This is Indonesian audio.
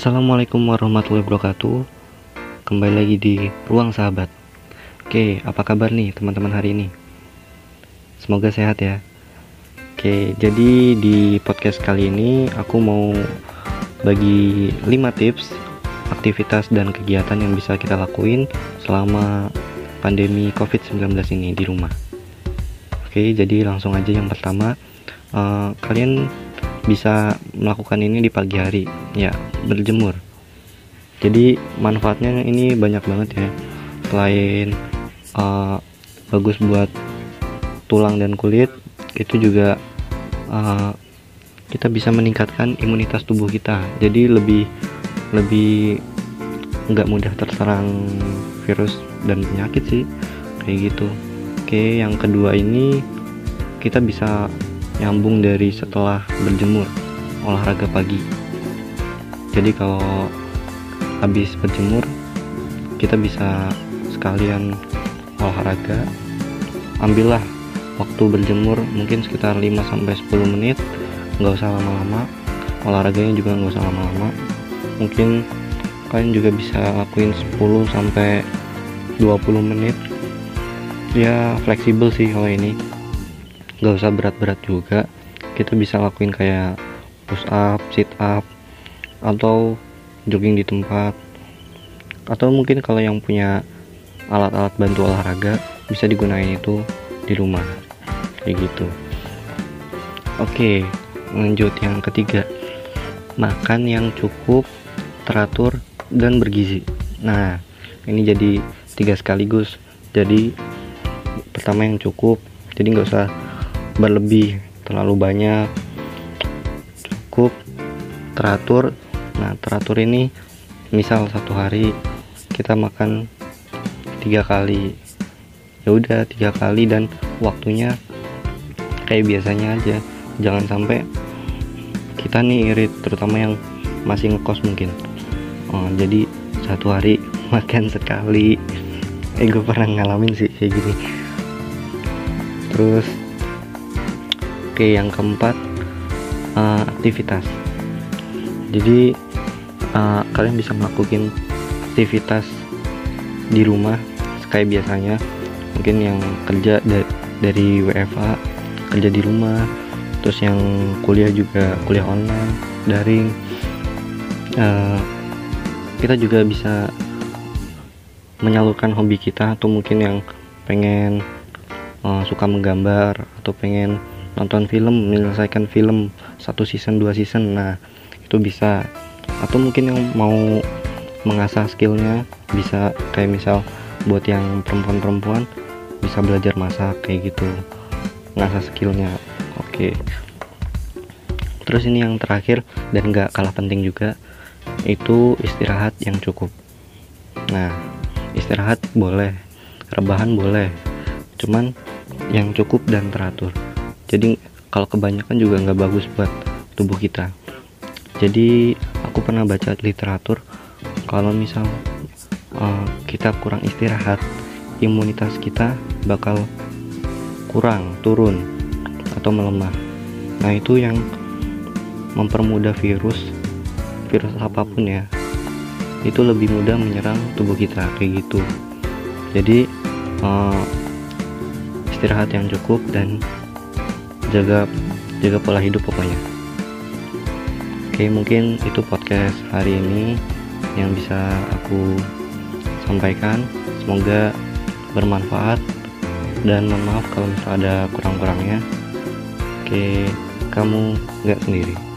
Assalamualaikum warahmatullahi wabarakatuh. Kembali lagi di Ruang Sahabat. Oke, apa kabar nih teman-teman hari ini? Semoga sehat ya. Oke, jadi di podcast kali ini aku mau bagi 5 tips aktivitas dan kegiatan yang bisa kita lakuin selama pandemi COVID-19 ini di rumah. Oke, jadi langsung aja yang pertama, kalian bisa melakukan ini di pagi hari, ya, berjemur. Jadi manfaatnya ini banyak banget ya. Selain bagus buat tulang dan kulit, itu juga kita bisa meningkatkan imunitas tubuh kita. Jadi lebih nggak mudah terserang virus dan penyakit sih, kayak gitu. Oke, yang kedua ini kita bisa nyambung dari setelah berjemur, olahraga pagi. Jadi kalau habis berjemur kita bisa sekalian olahraga. Ambillah waktu berjemur mungkin sekitar 5-10 menit, nggak usah lama-lama. Olahraganya juga nggak usah lama-lama. Mungkin kalian juga bisa lakuin 10-20 menit. Ya fleksibel sih kalau ini, nggak usah berat-berat juga. Kita bisa lakuin kayak push up, sit up, atau jogging di tempat, atau mungkin kalau yang punya alat-alat bantu olahraga bisa digunain itu di rumah, kayak gitu. Oke, lanjut yang ketiga, makan yang cukup, teratur, dan bergizi. Nah, ini jadi 3 sekaligus. Jadi pertama yang cukup, jadi nggak usah berlebih terlalu banyak, cukup, teratur. Nah, teratur ini misal satu hari kita makan 3 kali, ya udah 3 kali, dan waktunya kayak biasanya aja. Jangan sampai kita nih irit, terutama yang masih ngekos mungkin. Jadi satu hari makan sekali. Gue pernah ngalamin sih kayak gini. Terus oke, yang keempat, aktivitas. Jadi kalian bisa melakukan aktivitas di rumah kayak biasanya. Mungkin yang kerja dari WFH, kerja di rumah. Terus yang kuliah juga kuliah online, daring. Kita juga bisa menyalurkan hobi kita, atau mungkin yang pengen suka menggambar, atau pengen nonton film, menyelesaikan film 1 season 2 season. Nah, itu bisa. Atau mungkin yang mau mengasah skillnya, bisa kayak misal buat yang perempuan bisa belajar masak, kayak gitu, mengasah skillnya. Oke. Terus ini yang terakhir dan gak kalah penting juga, itu istirahat yang cukup. Nah, istirahat boleh, rebahan boleh, cuman yang cukup dan teratur. Jadi kalau kebanyakan juga nggak bagus buat tubuh kita. Jadi aku pernah baca literatur, kalau misal kita kurang istirahat, imunitas kita bakal turun atau melemah. Nah, itu yang mempermudah virus apapun ya, itu lebih mudah menyerang tubuh kita, kayak gitu. Jadi istirahat yang cukup dan jaga pola hidup pokoknya. Oke, mungkin itu podcast hari ini yang bisa aku sampaikan. Semoga bermanfaat, dan mohon maaf kalau misalnya ada kurang-kurangnya. Oke, kamu nggak sendiri.